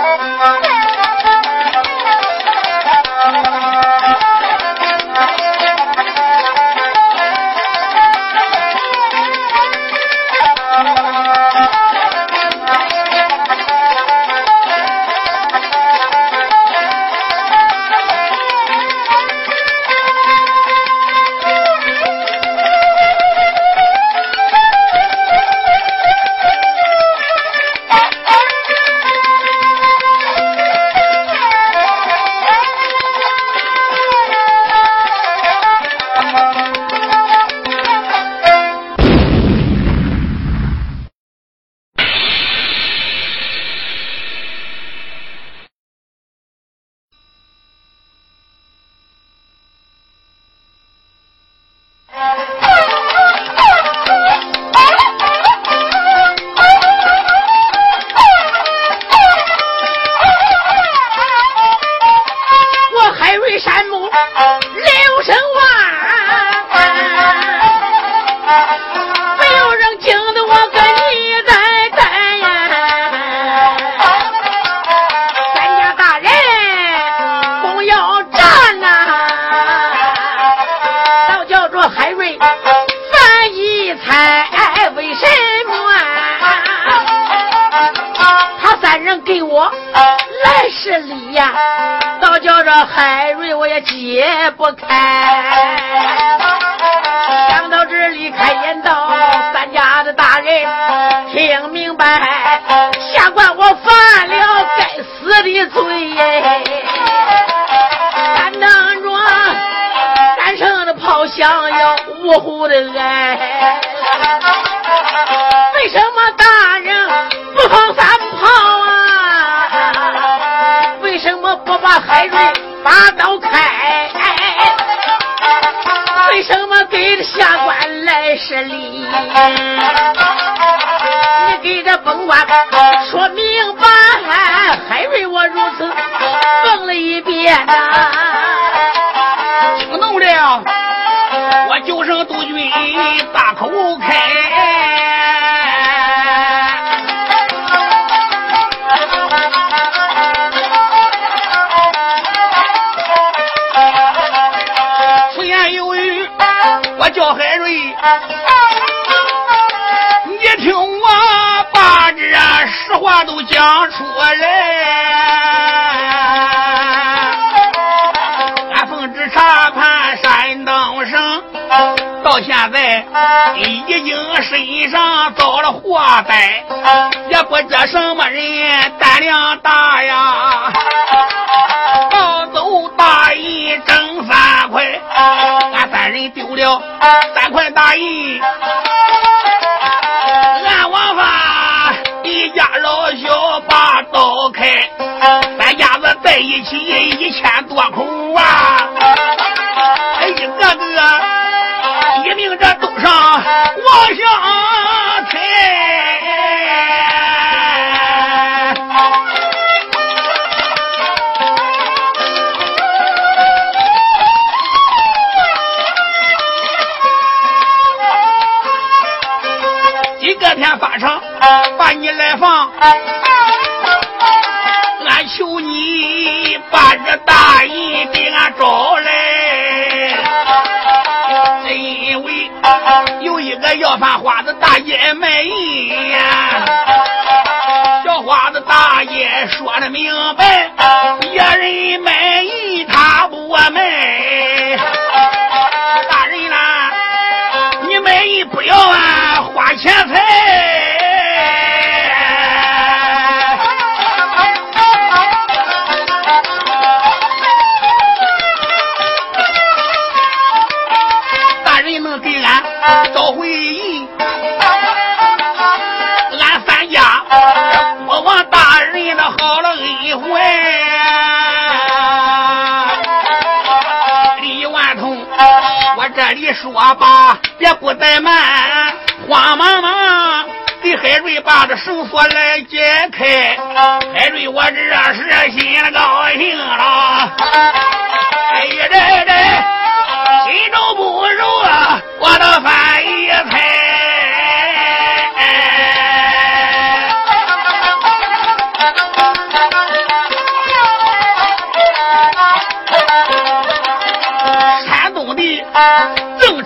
说吧，也不怠慢，慌忙忙给海瑞把这绳索来解开。海瑞，我这是心里高兴了，哎呀这心中不如啊，我的饭一菜。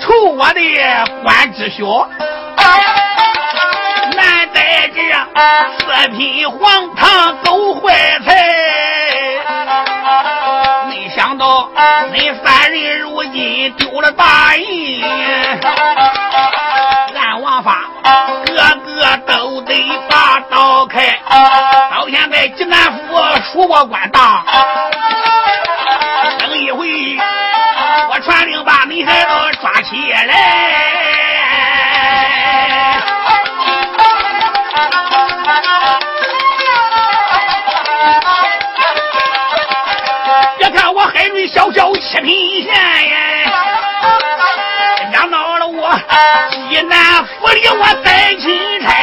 愁我的官之小，难在这四品黄堂走坏财。没想到你三人如今丢了大印，按王法个个都得把刀开。到现在济南府属我官大，等一回我传令把你还都抓起来。别看我海瑞小小七品县呀，嚷到了我西南府里我带钦差。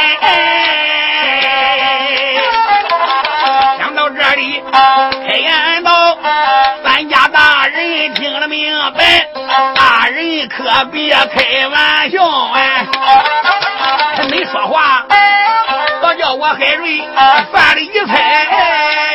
想到这里开言道，咱家大人听了明白，大人可别开玩笑哎。没说话倒叫我海瑞犯了一猜。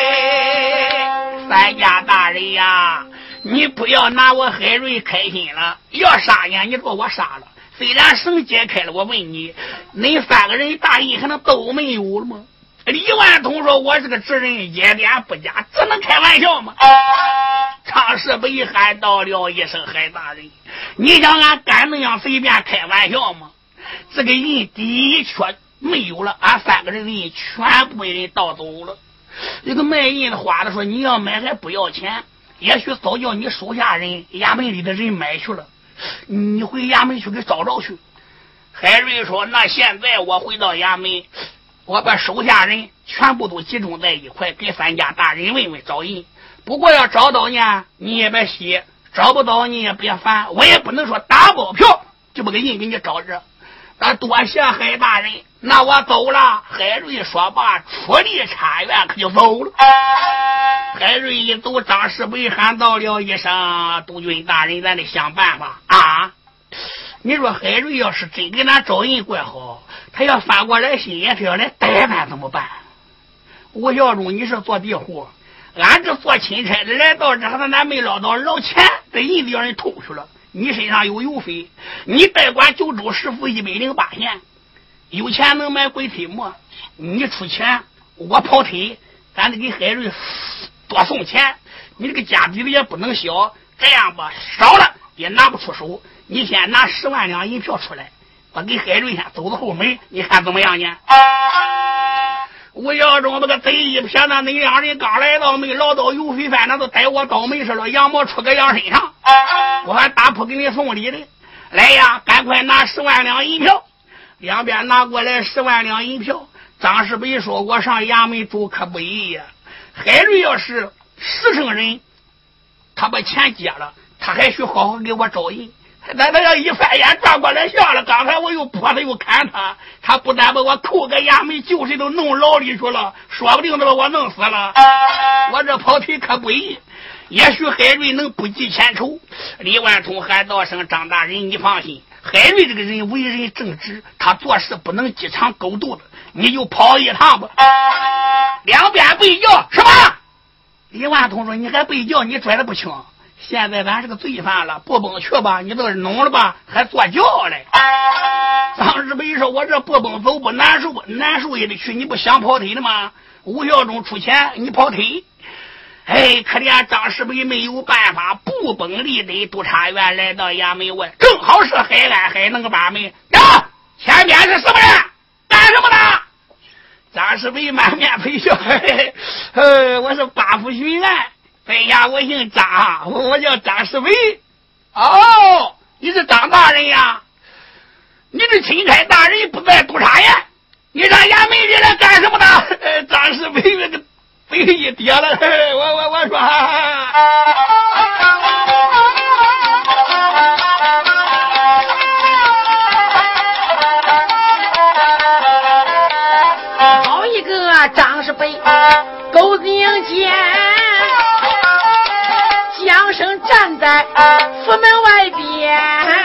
三家大人呀，你不要拿我海瑞开心了，要杀呢你说我杀了，虽然绳解开了，我问你，恁三个人大印还能都没有了吗？李万通说我是个直人，一点不假，这能开玩笑吗？常世北喊到了一声海大人，你想俺敢那样随便开玩笑吗？这个人的确没有了，俺三个人人全部人盗走了。这个卖印的花的说你要买还不要钱，也许早叫你手下人衙门里的人买去了，你回衙门去给找着去。海瑞说那现在我回到衙门，我把手下人全部都集中在一块，给三家大人问问找印。不过要找到呢你也别喜，找不到你也别烦，我也不能说打包票就把个印给你找着。那多谢海大人，那我走了。海瑞说罢出离茶园可就走了。海瑞一走，张世北喊到了一声，督军大人咱得想办法啊。你说海瑞要是真给咱找人怪好，他要翻过来心眼，他要来逮咱怎么办？吴孝忠你是做地户，俺这做钦差的来到这咱没捞到捞钱，这人让人偷去了，你身上有邮费，你代管九州市府108县，有钱能买鬼推磨，你出钱我跑腿，咱得给海瑞多送钱，你这个家底子也不能小。这样吧，少了也拿不出手，你先拿10万两银票出来，我给海瑞先走到后门，你看怎么样呢？吴耀忠那个贼一撇，那两人刚来到没捞到邮费饭，那都逮我倒霉事了，羊毛出个羊身上，我还打铺给你送礼的。来呀，赶快拿10万两银票，两边拿过来10万两银票。张世北说我上衙门住可不易呀，海瑞要是实诚人，他把钱结了，他还需好好给我找人。他要一翻眼转过来笑了，刚才我又泼他又砍他，他不但把我扣个衙门旧谁都弄牢里去了，说不定都把我弄死了。我这跑腿可不易，也许海瑞能不计前仇。李万通喊道声张大人你放心，海瑞这个人为人正直，他做事不能鸡肠狗肚子，你就跑一趟吧。两边背叫是吧？李万通说你还背叫，你拽的不轻，现在咱是个罪犯了，不崩去吧，你都是弄了吧，还坐轿嘞。张世北说我这不崩走不难受，难受也得去，你不想跑腿的吗？吴孝忠出钱你跑腿。哎，可怜张世北没有办法，不崩立得督察院来到衙门外，正好是海安海那个把门呀，前边是什么人干什么呢？张世北满面陪笑，嘿嘿，我是八府巡案，哎呀，我姓张，我叫张世伟。哦，你是张大人呀？你这钦差大人不在督察院，你上衙门里来干什么呢？张世伟那个嘴一跌了，我说， 好一个张世伟，狗子迎接。将声站在府门外边，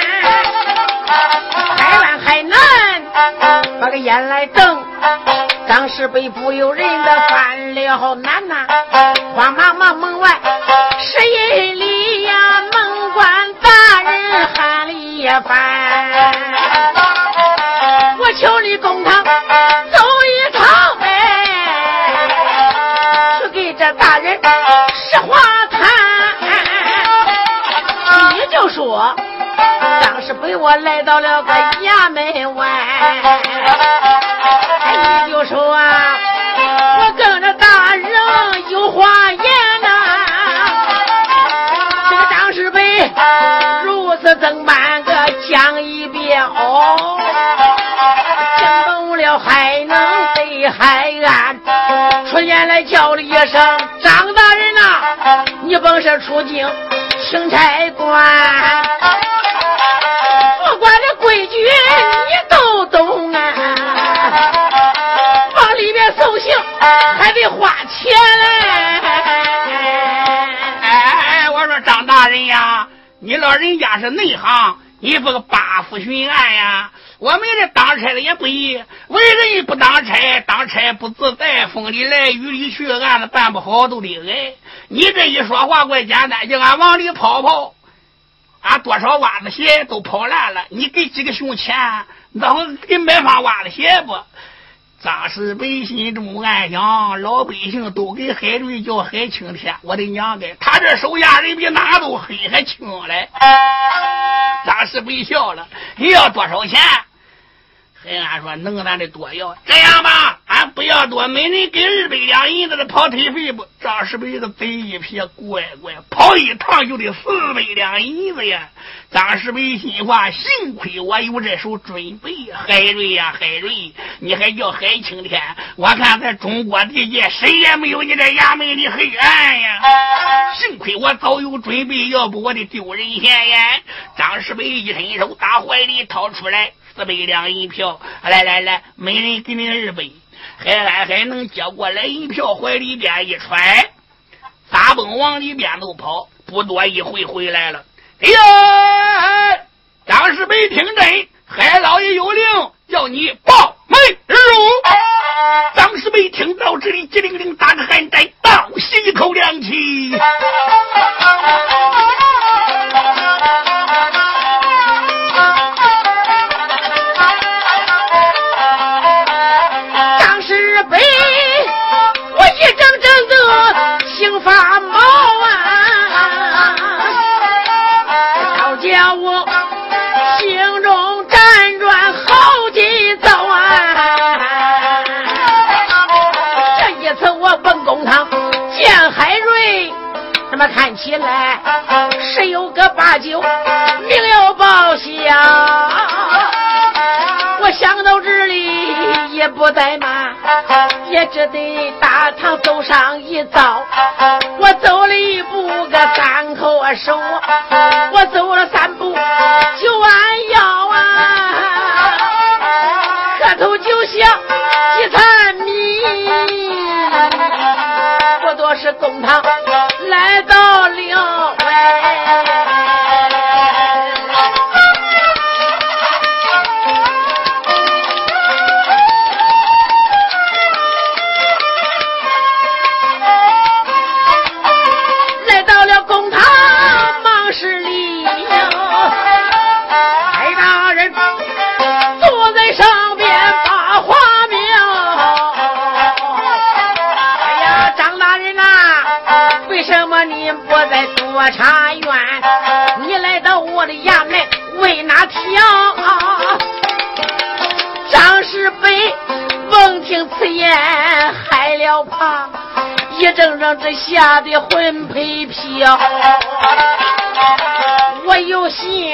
海湾海南把个眼来瞪，张世北不由人的翻了难呐，慌忙忙门外是一里呀，门官大人喊了一饭。我求你公堂走一趟呗，去给这大人实话谈。你就说当时陪我来到了个衙门外，你就说我跟着大人有话言呐，这个张世北如此怎办个讲一遍哦，惊动了还能对海岸，出言来叫了一声张大人呐，你甭是出京钦差官，不管这规矩你都懂啊，往里边送信还得花钱嘞。 哎，我说张大人呀，你老人家是内行，你不个八府巡案呀，我们这当差的也不易，为人不当差，当差不自在，风里来雨里去，案子办不好都得挨。你这一说话怪简单，叫俺往里跑跑，俺多少袜子鞋都跑烂了，你给几个熊钱，那我给买双袜子鞋不？张世北心中暗想，老百姓都给海瑞叫海青天，我的娘的，他这手下人比哪都黑还青嘞。张世北笑了，要多少钱？海安说能咱的多要，这样吧，俺不要多，每人给200两银子的跑腿费不？张世北的嘴一撇，乖乖，跑一趟就得400两银子呀！张世北心话，幸亏我有这手准备。海瑞呀，海瑞，你还叫海青天？我看在中国地界谁也没有你这衙门的黑暗呀！幸亏我早有准备，要不我得丢人现眼。张世北一伸手，打怀里掏出来400两银票，来，每人给你200。海安还能接过来银票，怀里边一揣，撒蹦往里边都跑，不多一会回来了。哎呀，张世北听真，海老爷有令，叫你报门入。张世北听到这里，机灵灵打个寒战，倒吸一口凉气。 张世北，我一整整的心发毛啊！叫我心中辗转好几遭啊！这一次我奔公堂见海瑞，那么看起来是有个8九名要报销。我想到这里也不怠慢，也只得大堂走上一遭。我走了一步个3口手，我走了3步就弯腰啊，磕头就像几餐米。我多是公堂来到了茶园，你来到我的衙门为哪条？张世北闻听此言害了怕，一阵阵这吓得魂飞飘。我有心，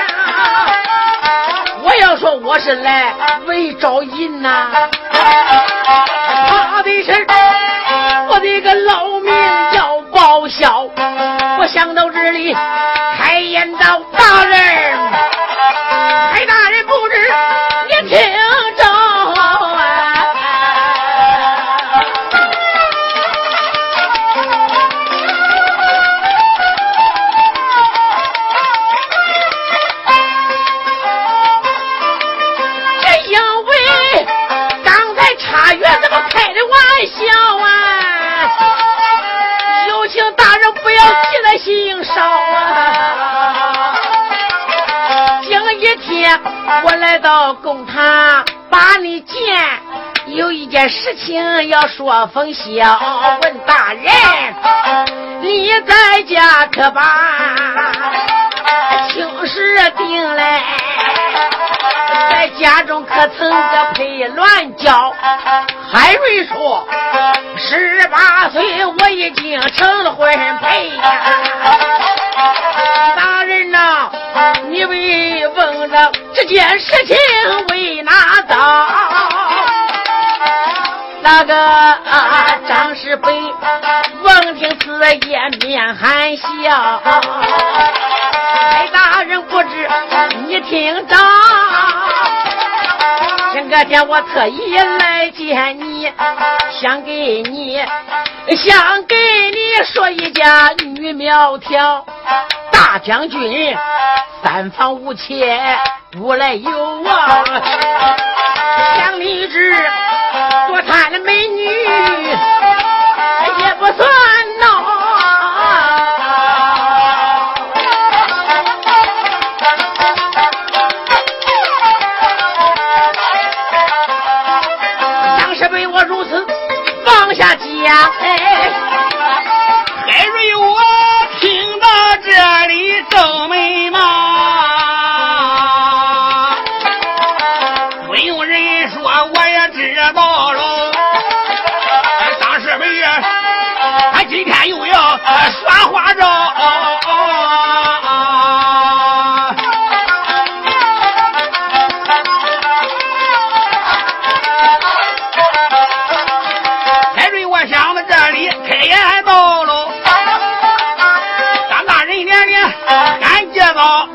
我要说我是来为找银呐，怕的是我的个老命要报销。我想到这里，海燕道大人，海大人不知也听着这因为刚才茶园怎么开的玩笑啊？有请大人不要记在心上啊！经我来到公堂把你见，有一件事情要说封小，问大人，你在家可把亲事定来，在家中可曾个配乱交？海瑞说18岁我已经成了婚配呀。大人呐，你为问着这件事情为哪遭？那个张世北闻听此言面含笑，哎，大人不知你听着，前个天我特意来见你，想给你说一家女苗条，大将军三房无妾无来有望，想你只多贪的美女也不算孬。当时被我如此放下讲， 海瑞我听到这里皱眉毛，没有人说我也知道了。张世北他今天又要耍花招，海瑞我想到这里开言道了，张大人连连感谢道，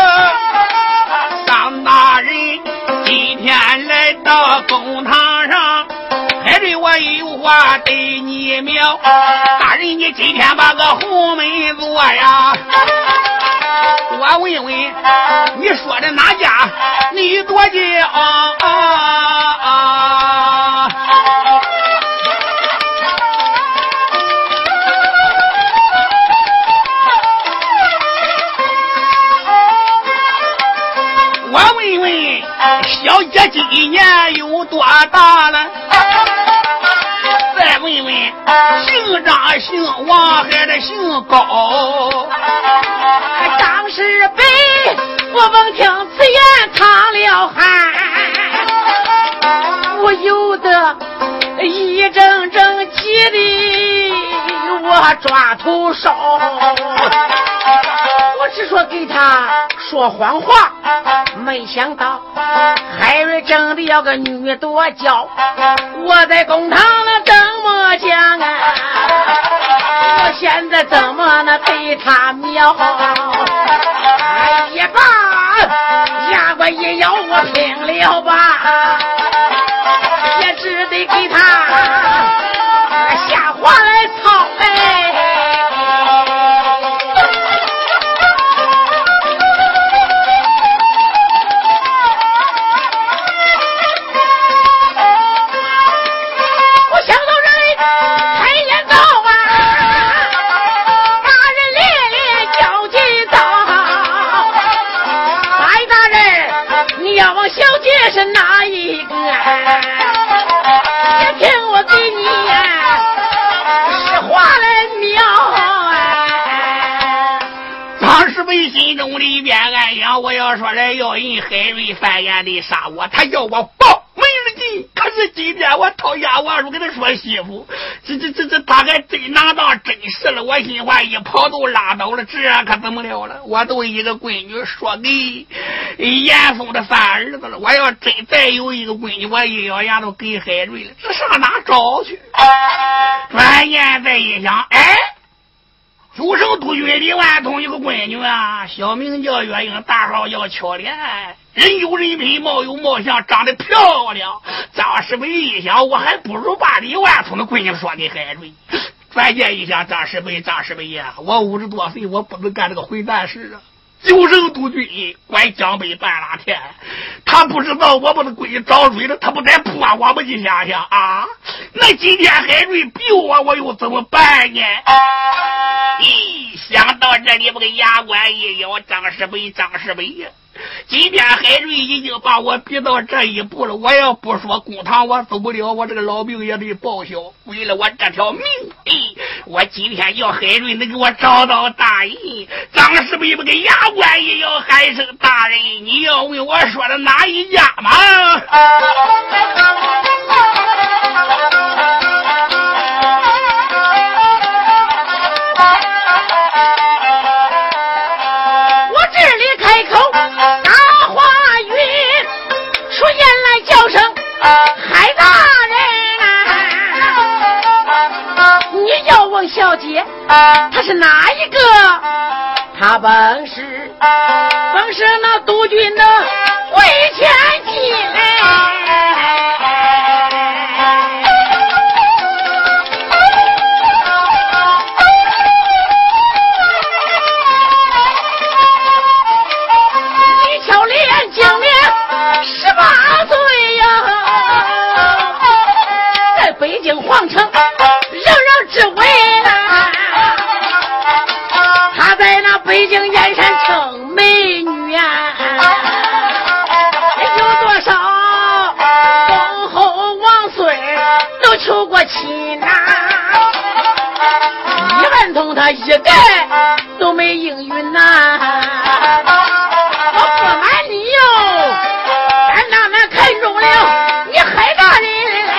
张大人今天来到公堂上，海瑞我有话对你描，大人你今天把个红门做呀，我问问你说的哪家你多久我问问小姐今年有多大了，再问问姓张姓王还是姓高？ 张世北我闻听此言淌了汗，我有的一阵阵急的我抓头烧，我只说给他说谎话，没想到海瑞真的要个女多娇，我在公堂了怎么讲啊？我现在怎么能对他瞄？一把牙关一咬，我拼了吧，也只得给他下话来操我想到这里开言道啊，大人连连叫几道，白大人你要问小姐是哪一个，也听我给你实话来描张世北心中里边暗想，我要说来要人海瑞翻眼的杀我，他要我报没人进，可是今天我掏下我说跟他说媳妇，这他还真拿当真事了，我心话一跑都拉倒了，这可怎么了了？我都一个闺女说给严嵩的三儿子了，我要真再有一个闺女，我一咬牙都给海瑞了，这上哪找去？转念再一想，哎，主生督军李万通一个闺女啊，小名叫月英，大号叫巧莲，人有人品，貌有貌相，长得漂亮。张世北一想，我还不如把李万通的闺女说给海瑞。转念一想，张世北呀，我50多岁，我不能干这个混蛋事啊！ 九省督军管江北半拉田，他不知道我们的闺找水了，他不得破我们一下下啊！那今天海瑞逼我又怎么办呢？想到这里，我给牙关一咬，张世北呀！今天海瑞已经把我逼到这一步了，我要不说公堂我走不了，我这个老命也得报销。为了我这条命，我今天要海瑞能给我找到大人。张世北不给牙关一咬，喊声大人，你要问我说的哪一家吗？ 小姐，他是哪一个？他本是那督军的会前妻李巧莲今年18岁呀，在北京皇城人人之为。北京燕山称美女呀，有多少公侯王孙都求过亲呐，一万通他一个都没应允呐。我不瞒你哟，俺哪能看中了你海大人。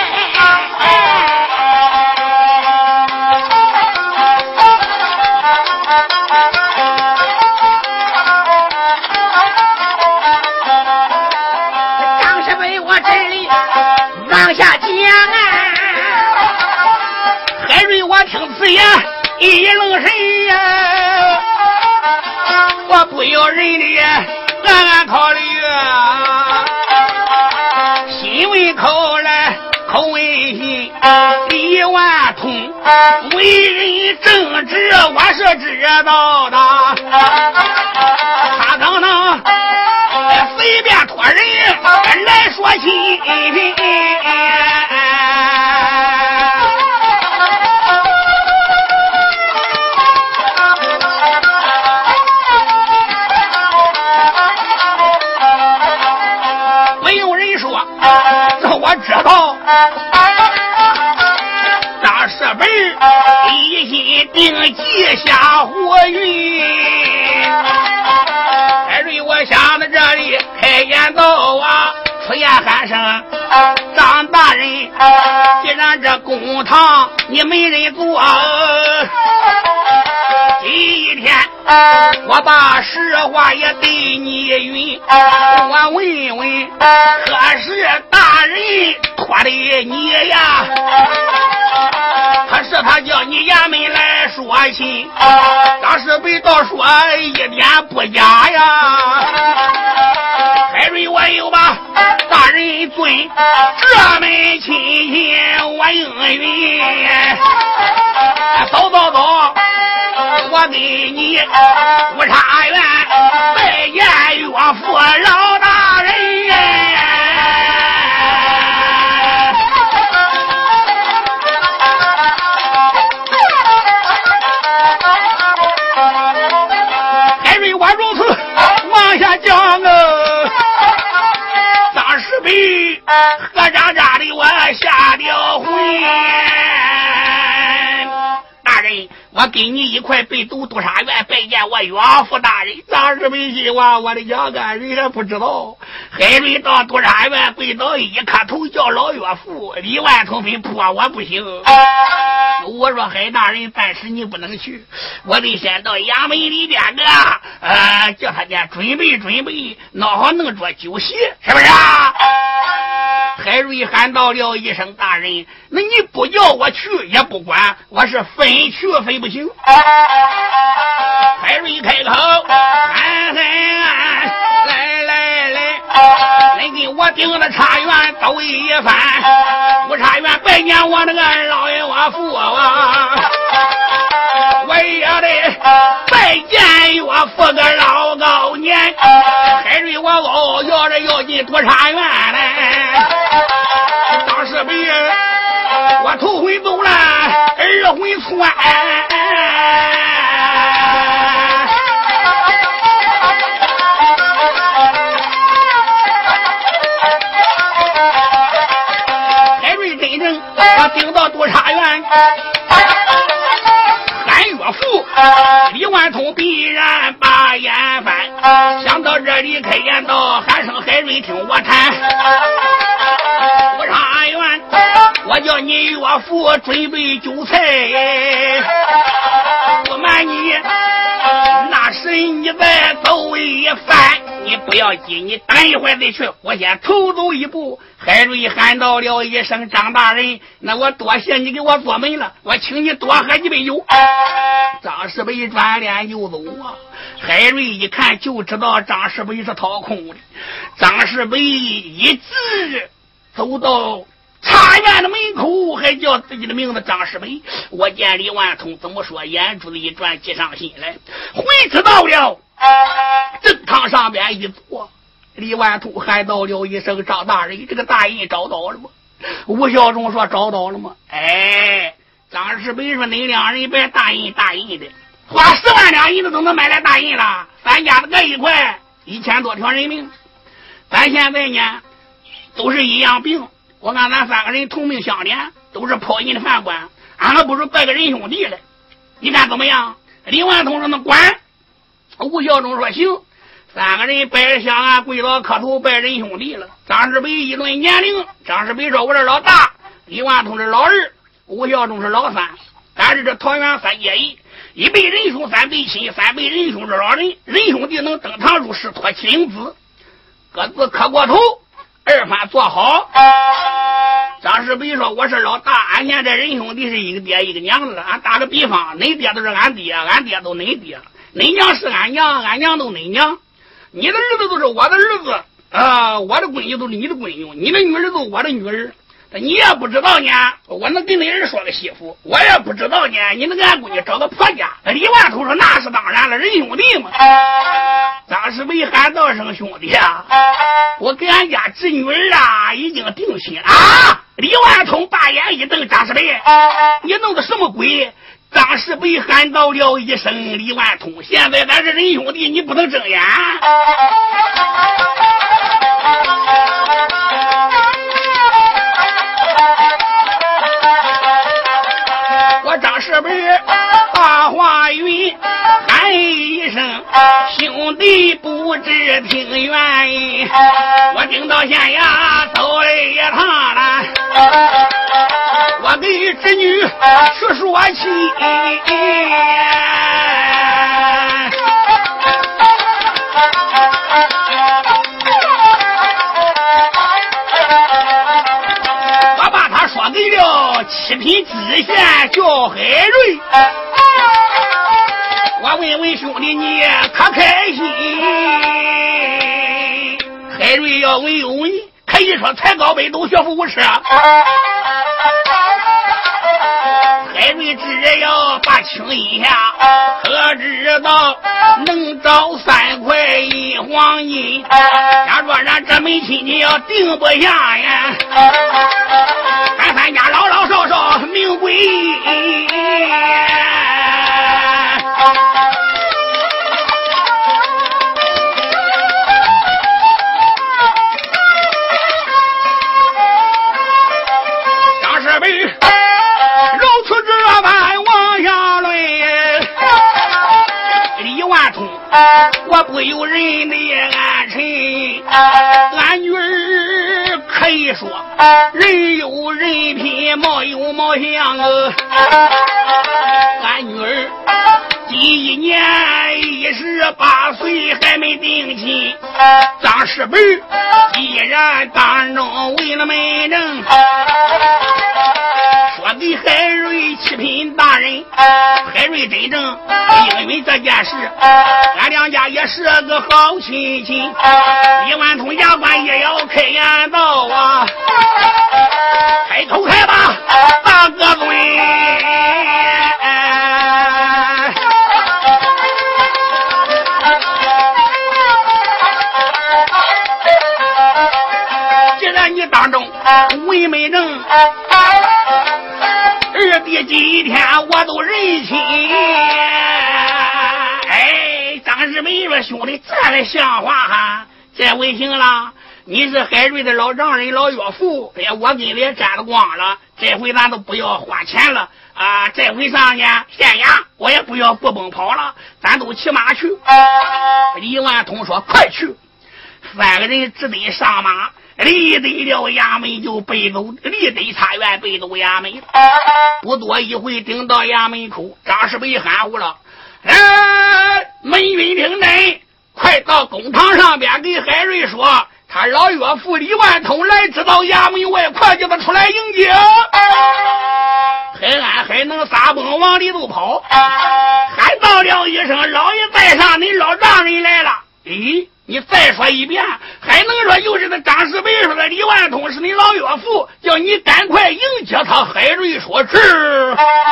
一愣神呀，我不要人的暗考虑啊，心为口来口为心，理万通，为人正直我是知道的，他等等随便托人来说亲。我知道大设备一心定计下火云，海瑞我想到这里开言道啊，出言喊声张大人，既然这公堂你没人做，今天我把实话也对你允，我问问可是大人托的你呀？可是他叫你衙门来说亲，当时被道说一点不假呀。海瑞我有吧大人尊，这门亲戚我应允，走，我给你无差院拜见岳父老大人。海瑞我如此往下讲啊，当时被何渣渣的我下掉魂。大人，我给你一块北斗督察院拜见我岳父大人。当时没心话，我的杨干人还不知道，海瑞到督察院跪倒一磕头叫老岳父，李万通非破我不行。我说海大人暂时你不能去，我得先到衙门里边叫他家准备闹好弄着酒席，是不是啊？海瑞喊到了一声大人，那你不叫我去也不管，我是分去分不行。海瑞开口，来给我顶的茶园走一番，我茶园拜见我那个老爷我父啊，我也得拜见俺岳父个老高年，海瑞我哦要着要进多差院嘞。当时被我头回走了，二回窜。海瑞真正我顶到多差院。俺岳父李万通必然把眼翻，想到这里开言道：“喊声海瑞，听我谈。我差院，我叫你岳父准备酒菜，不瞒你，那时你再走一番，你不要急，你等一会儿再去，我先头走一步。”海瑞喊到了一声：“张大人，那我多谢你给我做媒了，我请你多喝几杯酒。”张世北转脸就走啊！海瑞一看就知道张世北是掏空的。张世北一直走到茶院的门口，还叫自己的名字张世北。我见李万通怎么说，眼珠子一转，记上心来，回知道了。正堂上边一坐，李万通喊到了一声：“张大人，这个大印找到了吗？”吴孝忠说：“找到了吗？”哎，张世北说：“你两人别大印的，花10万两银子都能买来大印了，咱家的各一块，1000多条人命。咱现在呢，都是一样病。我看咱3个人同命相连，都是抛银的饭馆，俺们不如拜个仁兄弟来，你看怎么样？”李万通说：“那管。”吴孝忠说：“行。”3个人拜着香啊，跪倒磕头拜仁兄弟了。张世北一论年龄，张世北说：“我是老大，李万通是老二，吴孝忠是老三。但是这桃园3结义，一辈仁兄，3辈亲，3辈仁兄是老人，仁兄弟能登堂入室，托妻领子，各自磕过头，2番做好。”张世北说：“我是老大，俺现在仁兄弟是一个爹一个娘子。俺打个比方，恁爹都是俺爹，俺爹都恁爹，恁娘是俺娘，俺娘都恁娘。你的儿子都是我的儿子我的闺女都是你的闺女，你的女儿都是我的女儿。你也不知道呢，我能给你儿说个媳妇，我也不知道呢，你能给俺闺女找个婆家。”李万通说：“那是当然了，仁兄弟嘛。”张世北喊道声：“兄弟啊，我给俺家侄女儿已经定亲啊！”李万通把眼一瞪：“张世北，你弄的什么鬼？”张世北喊到了一声：“李万通，现在咱是仁兄弟，你不能睁眼。”我张世北大话云喊一声：“兄弟不知听原因。”我顶到县衙走了一趟了，我给侄女说说起。我把他说给了7品知县叫海瑞。我问问兄弟你可开心？海瑞要问有问，可以说才高北斗学富士。海瑞只要把青一下，可知道能找3块银黄金。假若然这门亲戚要定不下呀，咱家老老少少命归。张世北如此这般往下论，李万通我不由人的暗沉，俺女儿可以说人有人品，貌有貌相俺女儿第一年18岁还没定亲，张世北依然当中为了门正，说给海瑞7品大人。海瑞真正因为这件事，俺两家也是个好亲戚。李万通衙官也要开言道开口开吧，大哥尊。 二弟今天我都认亲。哎，张世美说兄弟这还像话哈？这回行了，你是海瑞的老丈人老岳父，哎呀，我跟你也沾了光了，这回咱都不要花钱了啊！这回上去县衙我也不要不奔跑了，咱都骑马去。李万通说快去，3个人只得上马，离得了衙门就背走，离得茶园背走衙门。不多一会顶到衙门口，张世北喊呼了：门军听真，快到公堂上边给海瑞说，他老岳父李万通来知道衙门外，快叫他出来迎接。海安还能撒蹦往里头跑，喊到了一声老爷在上，你老丈人来了。咦，你再说一遍，还能说又是那张世北说的李万通是你老岳父，叫你赶快迎接他。海瑞说是。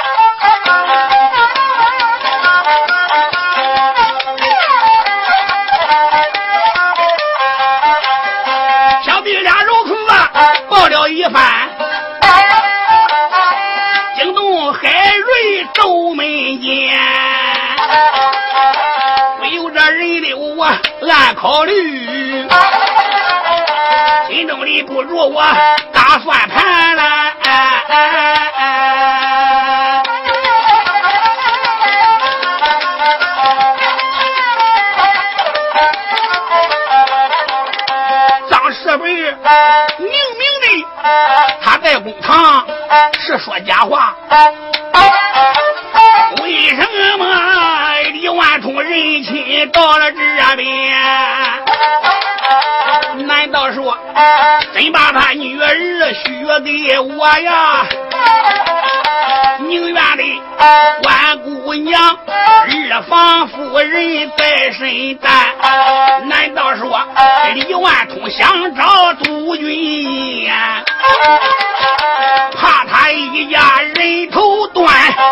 小弟俩如此报了一番，惊动海瑞周门间，没有这人流啊暗考虑，心中里不如我打算盘了。张世北明明的他在公堂是说假话，为什么李万通人亲到了这边？难道说真把他女儿许给我呀？宁愿的关姑娘二房夫人在身担，难道说李万通想找督军，怕他一家人头断？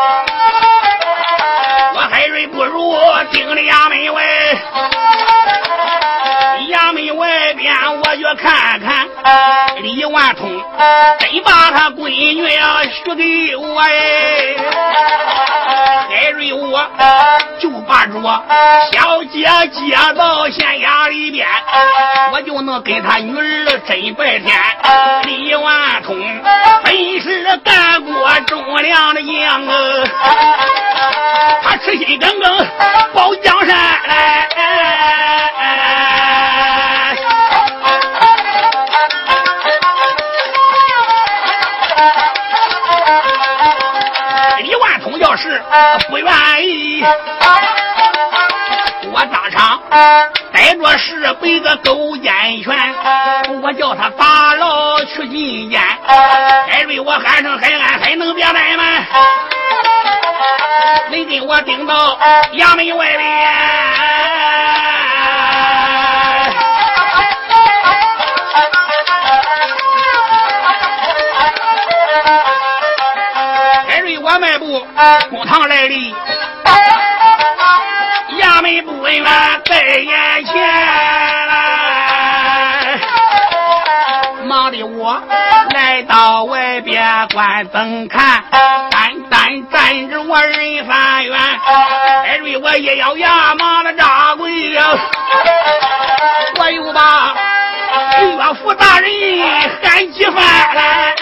我海瑞不如盯着衙门外，衙门外边我去看看，李万通真把他闺女许给我哎！海瑞我就把着小姐接到县衙里边，我就能跟他女儿真拜天。李万通本是干过忠良的将啊，他痴心耿耿保江山来。李万通要是不愿意，我当场逮着世北个勾践拳，我叫他打牢去禁监。海瑞我喊声海安，还能别怠慢？你给我顶到衙门外边。海瑞我迈步公堂来临，衙门不远在眼前，忙的我来到外边观灯看，单站着我人翻远。海瑞我一咬牙忙了扎跪呀，我又把岳父大人喊起饭来。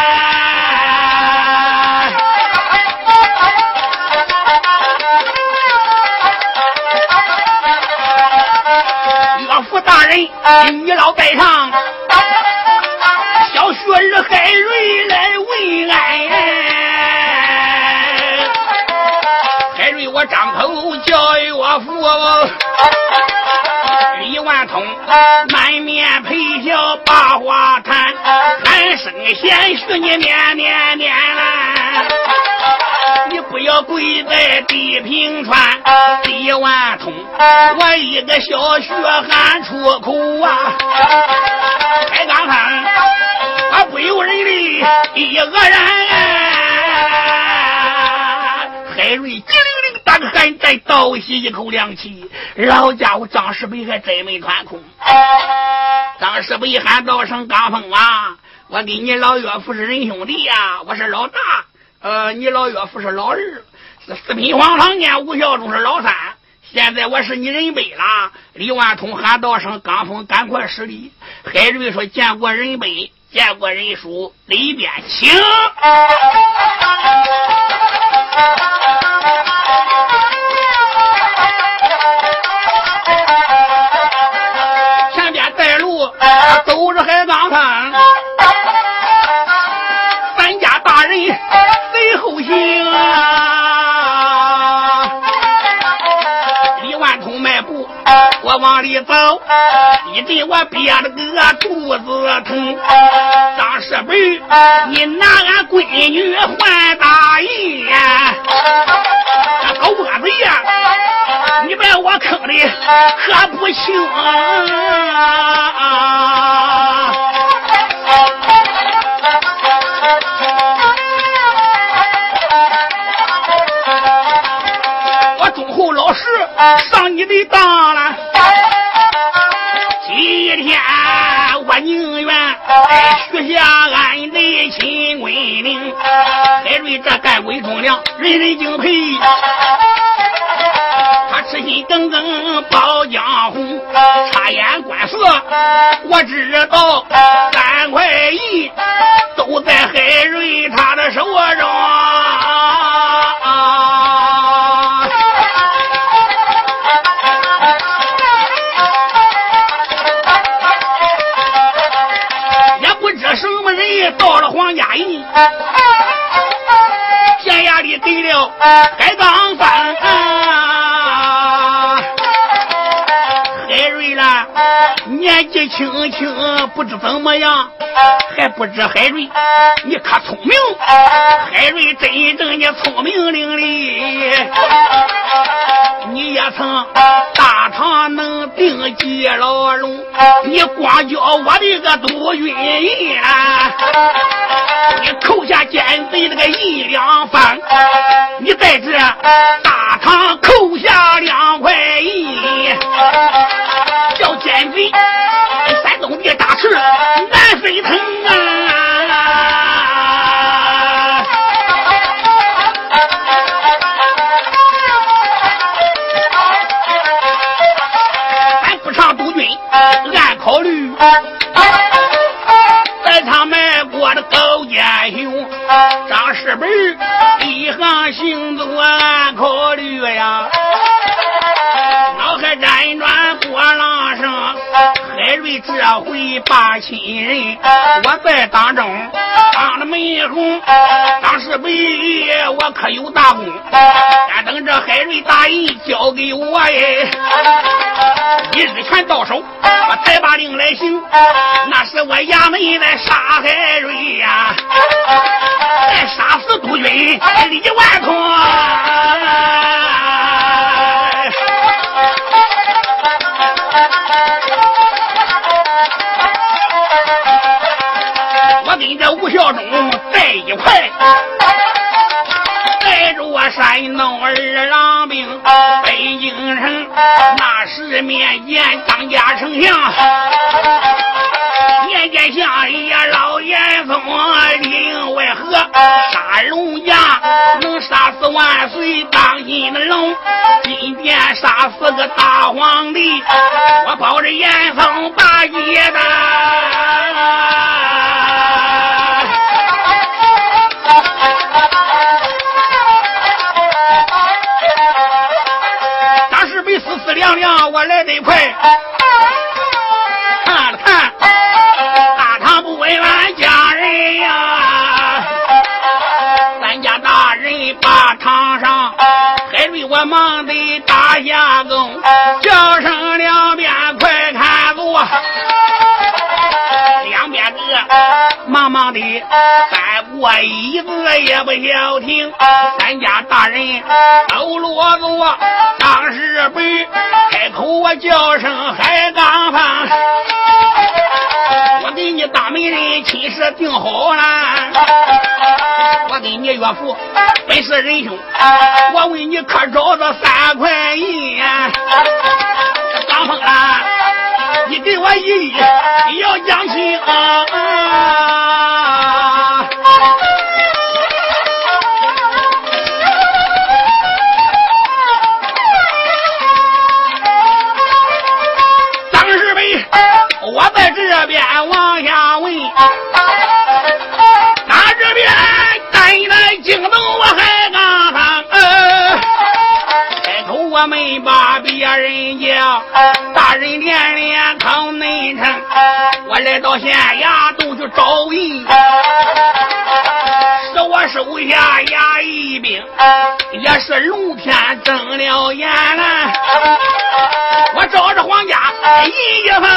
岳父大人你老带上小雪儿海瑞来问安。海瑞我张口叫岳父，李万通满面陪笑把话谈，喊声贤婿你面来，你不要跪在地平川。李万通我一个小婿喊出口啊，才刚看他不由人的一个人。海瑞机灵灵打个寒战，倒吸一口凉气，老家伙张世北还真没喘空。张世北喊道声刚风啊， 我跟你老岳父是仁兄弟呀，我是老大，你老岳父是老二，是四品皇堂年，吴孝忠是老三。现在我是你人辈了。李万通喊道声刚峰，赶快施礼。海瑞说见过人辈，见过人叔，里边请。前边带路走着海岗上，三家大人随后行啊。李万通迈步我往里走，一阵我憋了个肚子疼。张世辈，你拿俺闺女换大衣呀，这狗窝子呀，你把我坑的可不轻啊！我忠厚老实上你的当了，今天我宁愿许下俺的亲闺灵。海瑞这干鬼忠良，人人敬佩，他痴心耿耿保江湖，察言观色，我知道3块银都在海瑞他的手中。也不知什么人到了黄家营，县衙里给了海岗饭海瑞了年纪轻轻不知怎么样，还不知海瑞你可聪明，海瑞真正的聪明伶俐，你也曾大唐能定几牢笼，你光教我的个杜云银啊，你扣下奸贼那个1两饭，你在这大唐扣下2块银，叫奸贼山东地大事难飞腾啊！咱不唱督军按考虑，在场卖过的高建雄张世辈一行行走按考虑呀，脑海辗转波浪声，海瑞这回把亲人我在当中当了媒红，张世辈我可有大功，但等着海瑞大印交给我耶，一日全到手，我才把令来行，那是我衙门在杀海瑞呀，再杀死督军李万通。我跟着吴孝忠在一块，带着我山东2郎兵北京城，那时面见张家丞相，面见相爷老严嵩，因为何杀龙家能杀死万岁当心的龙，今天杀死个大皇帝，我保着严嵩把爷的。当时被死死凉凉，我来得快，看了看大唐不为俺家人呀，三家大人把堂上，海瑞我忙得打下弓，叫声两边快看住，两边个忙忙的翻过椅子也不消停，三家大人都落座，当时被开口我叫声海刚方，我给你大媒人亲事定好了，我给你岳父本是仁兄，我为你可找到3块银，刚疯了你给我一你要讲清当时呗，我在这边往下问，打这边带来惊动我还刚上开口我没把别人叫，大人连连靠内城，我来到县衙都去找人，是我手下衙役兵，也是龙天睁了眼了，我找着皇家一份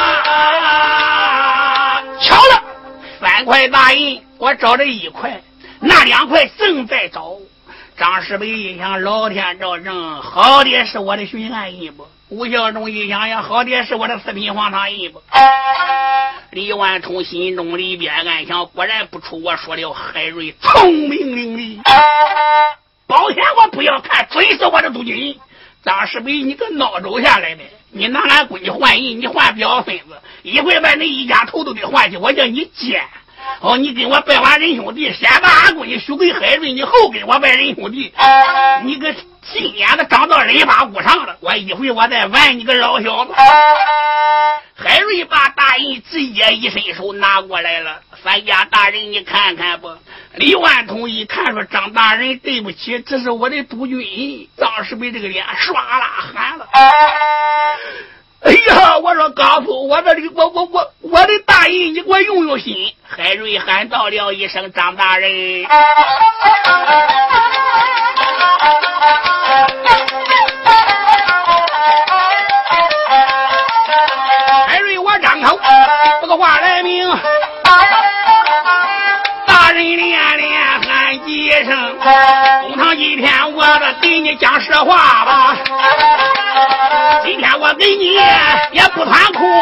巧了，3块大银我找着1块，那2块正在找。张世北一想，老天照正，好的是我的巡按印不？吴孝忠一想呀，好的是我的4品黄堂印不？李万通心中里边暗想，果然不出我说了，海瑞聪明伶俐，保险我不要看，准是我的督军。张世北，你个孬走下来的，你拿俺闺女换印，你换表分子，一会把那一家头都给换去，我叫你奸。哦，你跟我拜完仁兄弟，先把俺闺女许给海瑞，你后跟我拜仁兄弟，你个心眼子长到人把骨上了，我一会我再玩你个老小子。海瑞把大印直接一伸手拿过来了，三家大人你看看吧。李万通一看说，张大人对不起，这是我的督军。张世北这个脸唰啦喊了，哎呀，我说高夫，我的大印你给我用用心。海瑞喊到了一声，张大人。海瑞我张口这个话来明，大人连连喊几声，工厂今天我得给你讲实话吧，今天我给你也不团哭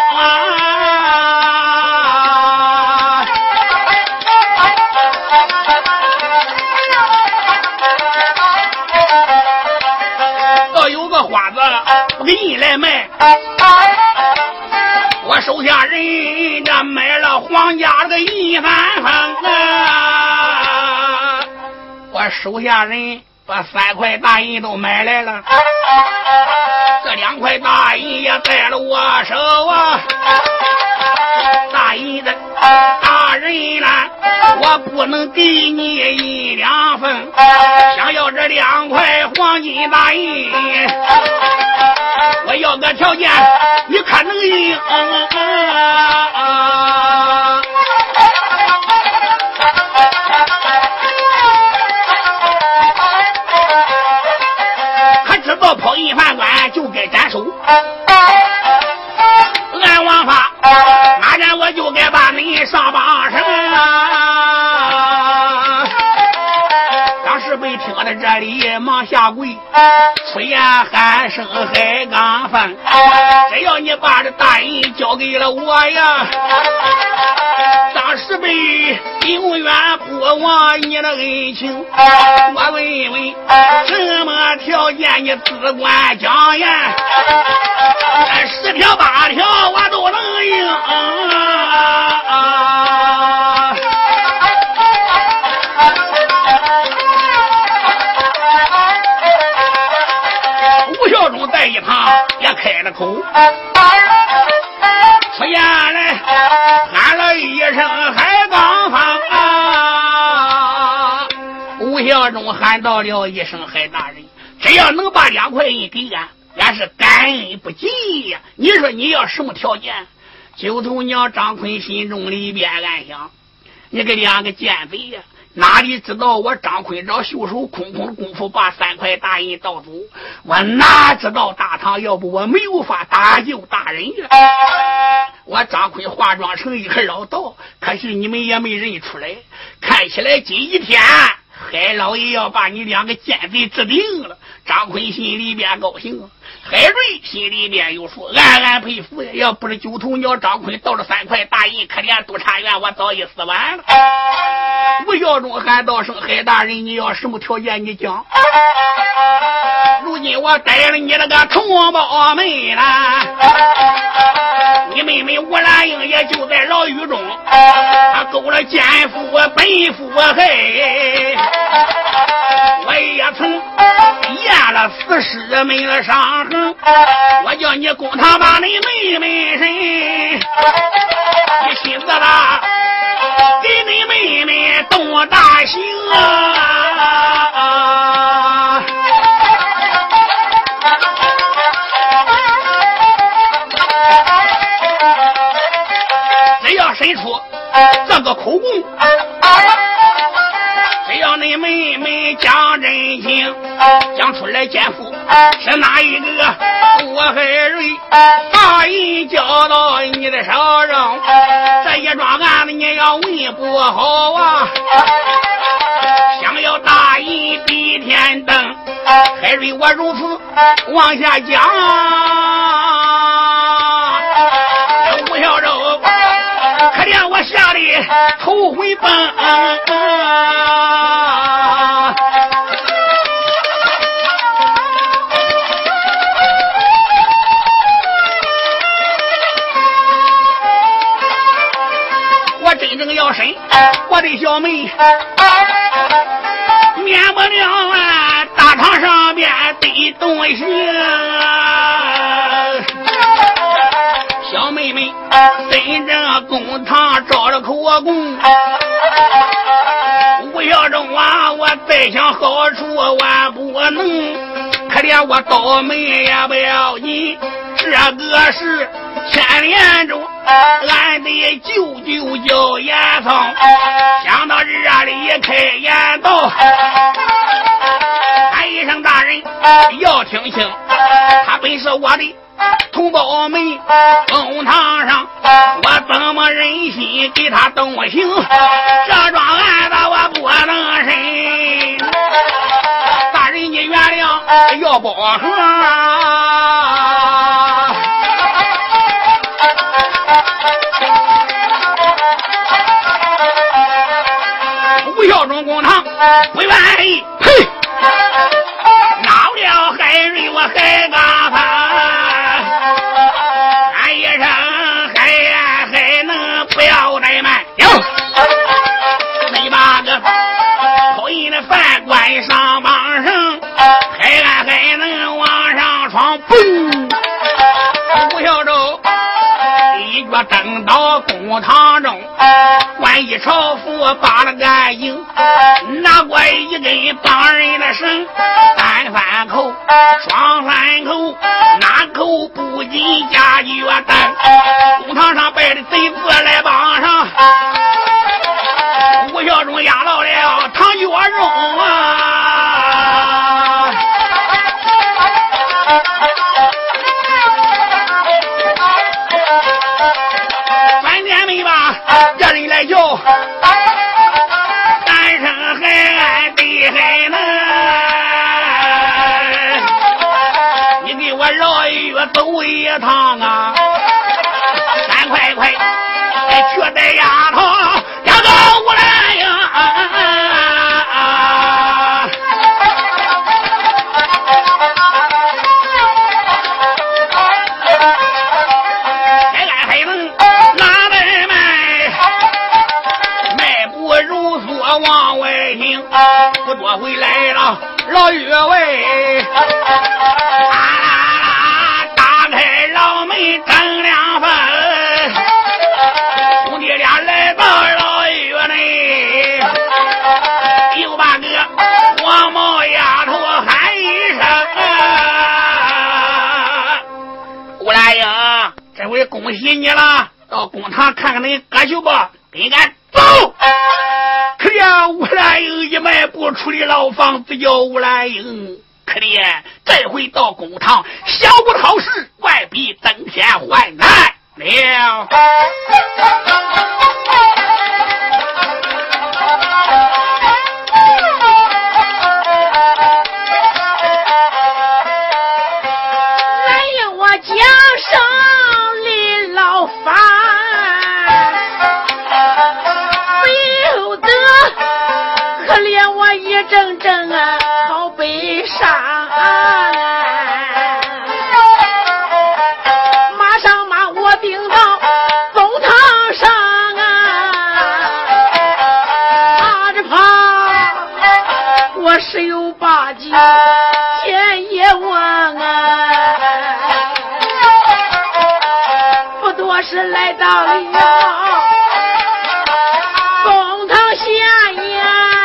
要有个花子不给你来卖，我手下人家买了皇家的一帆风我手下人把3块大银都买来了，这2块大银也在了我手大银的大人呢，我不能给你1、2分，想要这2块黄金大银，我要个条件，你可能应知道跑印饭馆就该斩首，按王法，马上我就该把你上榜上。当时被听到这里忙下跪，出言喊声海刚饭，只要你把这大印交给了我呀，当时被永远不忘你的恩情。我问问什么条件你只管讲言，10条8条我都能应吴孝忠在一旁也开了口，出言来喊了一声海刚方吴孝忠喊到了一声海大人，只要能把2块银给俺是感恩不尽呀。你说你要什么条件？九头鸟张坤心中里边暗想，你个2个奸贼呀，哪里知道我张坤找袖手空空的功夫把3块大银盗走，我哪知道大唐，要不我没有法搭救大人呀。我张坤化妆成一个老道，可惜你们也没认出来，看起来今一天海老爷要把你2个奸贼治定了。张坤心里边高兴，海瑞心里边有数，暗暗佩服呀。要不是九头鸟张坤盗了3块大银，可怜督察院我早已死完了。吴孝忠喊道声海大人，你要什么条件你讲。如今我逮了你那个同胞们了， 你妹妹吴兰英也就在牢狱中，他勾了奸夫本夫嘿，我也曾验了死尸没了伤痕，我叫你公堂把你妹妹审，你心思了给你妹妹动大刑啊！只要审出这个口供，只要你妹妹讲真情，讲出来奸夫是哪一个，我海瑞大印交到你的手上，这一桩案子你要问不好啊！想要大印比天灯，海瑞我如此往下讲，吴小周可怜我吓得头回奔，我真正要审我的小妹，免不了啊大堂上边得动刑，小妹妹真正公堂招了口供，吴小忠啊，我再想好处我不能，可怜我倒霉也不要紧，这个是牵连着俺的舅舅叫严嵩，想到这里开言道，俺医生大人要听清，他本是我的同胞们，公堂上我怎么忍心给他动刑，这桩案子我不能审，大人你原谅要保和吴孝忠公堂不愿意，呸！闹了海瑞我海刚他，俺一声海呀海能不要怠慢哟！你把个口音的饭馆上榜上，海呀海能往上闯，嘣！吴孝忠一脚蹬到公堂中，关一朝服扒了干净，拿过一根帮人的绳，单反口双反口，哪口不仅加脚蹬，公堂上摆的贼字来绑上，吴孝忠压到了唐脚中啊！饭店没吧这人来叫三声海岸地海呢，你给我绕一月走一趟啊，3块块去带丫头压到我来呀，往外行，不多回来了老岳位，打开老门正两分，兄弟俩来到老岳内，又把个黄毛丫头喊一声，吴兰英，这回恭喜你了，到公堂看看你歌秀吧，跟俺走。可怜吴兰英一迈步出的老房子叫吴兰英，可怜这回到公堂小不好事，外比登天还难了。 来让我讲上李老法，可怜我一阵阵啊好悲伤，马上骂我顶到见也忘啊，不多时来到了公堂下呀，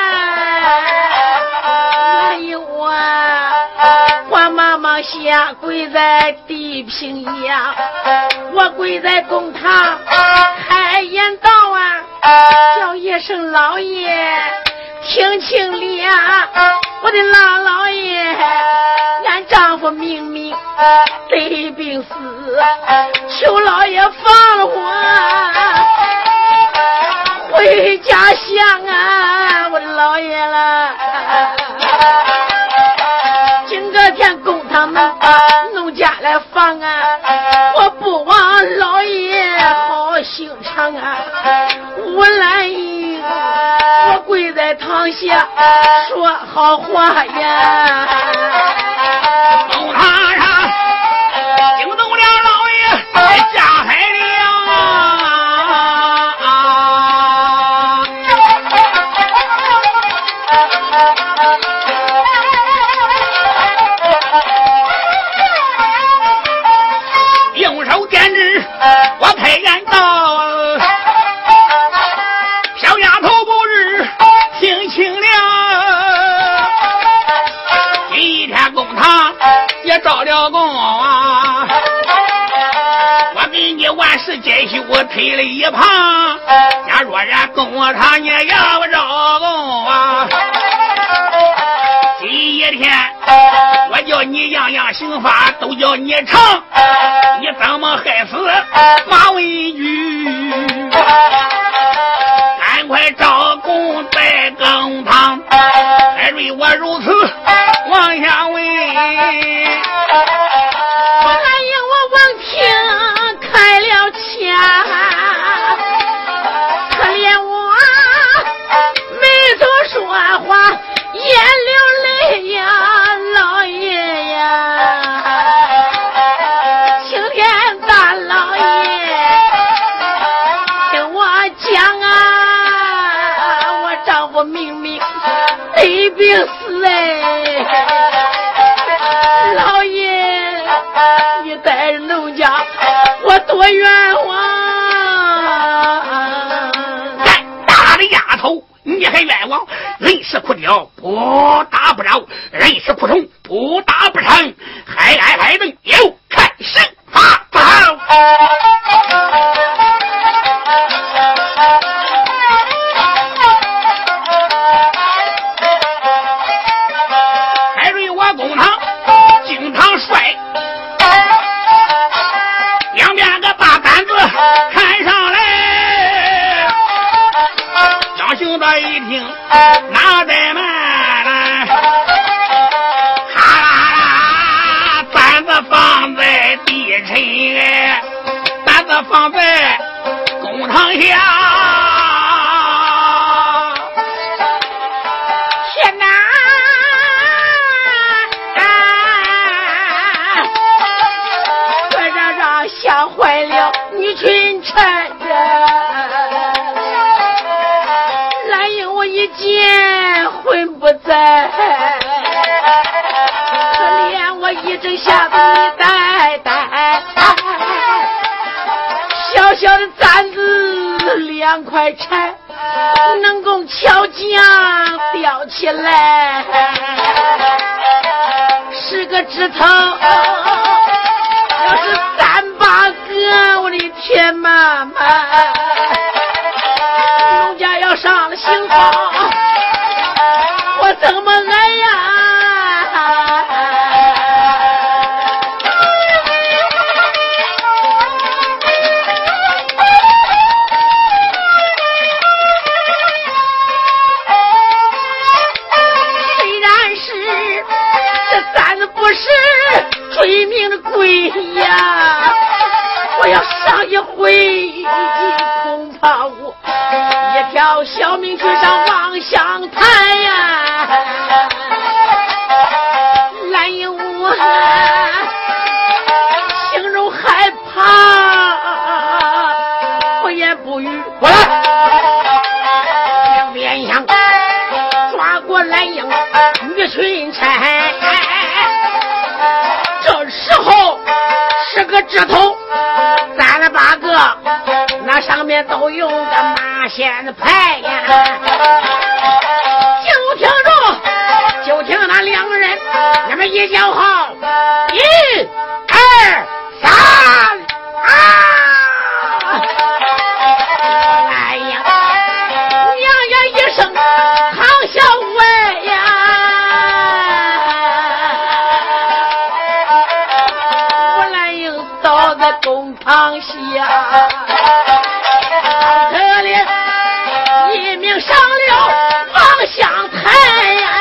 我妈妈下跪在地平呀，我跪在公堂开言道啊，叫一声老爷听清了，我的老爷，俺丈夫明明得病死，求老爷放了我回家乡啊，我的老爷了。今个天公堂能把农家来放啊，我不枉老爷好心肠啊，我来我跪在堂下说好话呀， 公堂上惊动了老爷下海用手点指我开言道，小丫头不是听清了，今一天公堂也招了供啊，我给你万事皆许，我推了一旁，假若然公堂你要不招供啊，今一天我叫你样样刑罚都叫你成，你怎么害死马文举？赶快招供在公堂，海瑞我如此往下问。 哎呀，我闻听开了腔，可怜我没做说话，眼流泪呀，老爷呀，青天大老爷，听我讲啊，我丈夫明明得病死哎，老爷，你带着农家，我多冤枉！ 干大的丫头，你还冤枉？人是苦雕，不打不着；人是苦虫，不打不成。还能有看神法宝。海瑞我公堂经常帅，两边个大杆子看上来，张兄的一听哪怠慢了，哈啦，担子放在地沉，担子放在公堂下， 天哪！吓坏了女群臣蓝英我一见魂不在，可怜我一整下子一呆，小小的担子2块柴能够敲浆吊起来，10个指头要是3、8个，我的天妈妈，农家要上了刑房，我怎么来呀？虽然是这3子不是追命的鬼呀，我要上一回，恐怕我一条小命去上望乡台呀！蓝鹦鹉心中害怕，不言不语，过来，两边想抓过蓝鹰女群臣。 指头攒了8个，那上面都有个马线牌呀。就听那2个人那么一叫号，1、2、3啊！哎呀，娘呀一声唐小文呀，我来又倒在公堂下，可怜一命上了望乡台呀。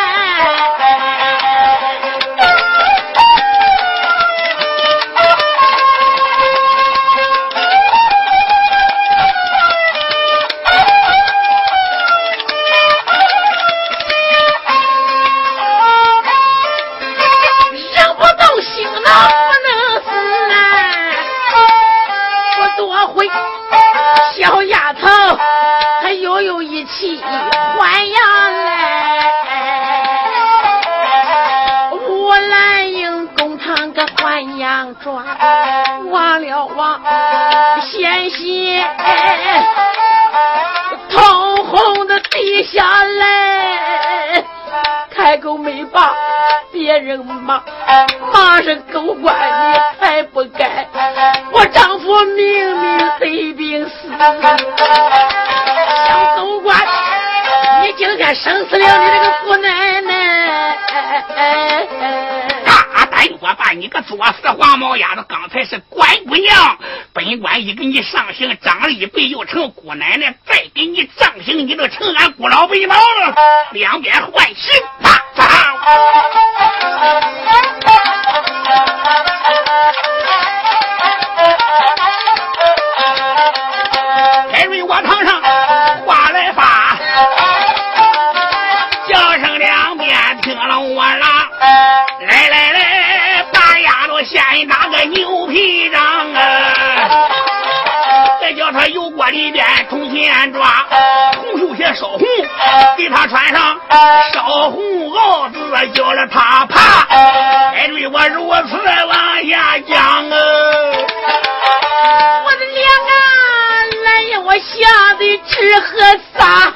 小丫头还有一气还阳来，我来迎公堂个还阳庄，忘了望鲜血通红的滴下来，开口没把别人骂是狗官你才不该，我丈夫明明得病死，想狗官你今天生死了你这个姑奶奶。 大胆我把你个作死黄毛丫头，刚才是乖姑娘，本官一给你上刑，长了1倍又成姑奶奶，再给你杖刑，你就成俺姑老背毛了，两边换刑，海瑞我堂上话来发，叫声2遍听了我了，来，大丫头先打个牛皮仗啊！再叫他油锅里边重新抓红袖鞋烧红，给他穿上烧红袄子，叫了他爬。海瑞我如此往下讲啊！ 我的娘啊，来呀，我吓得直喝撒，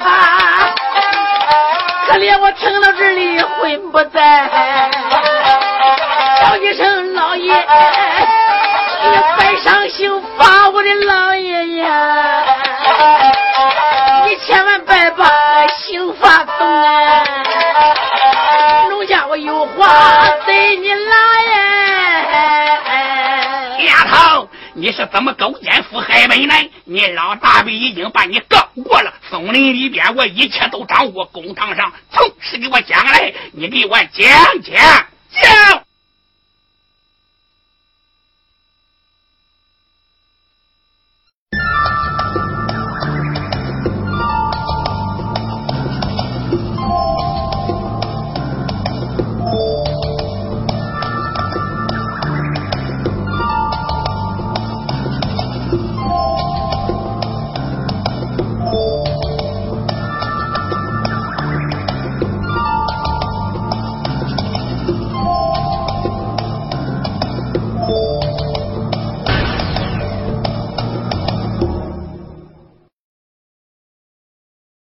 可怜我听到这里魂不在，叫一声老爷，你摆上刑罚我的老爷呀，你千万别把刑罚动啊，农家我有话对你来呀。 丫头，你是怎么勾奸附害本来？你老大辈已经把你告过了，松林里边我一切都掌握，公堂上从实给我讲来，你给我讲。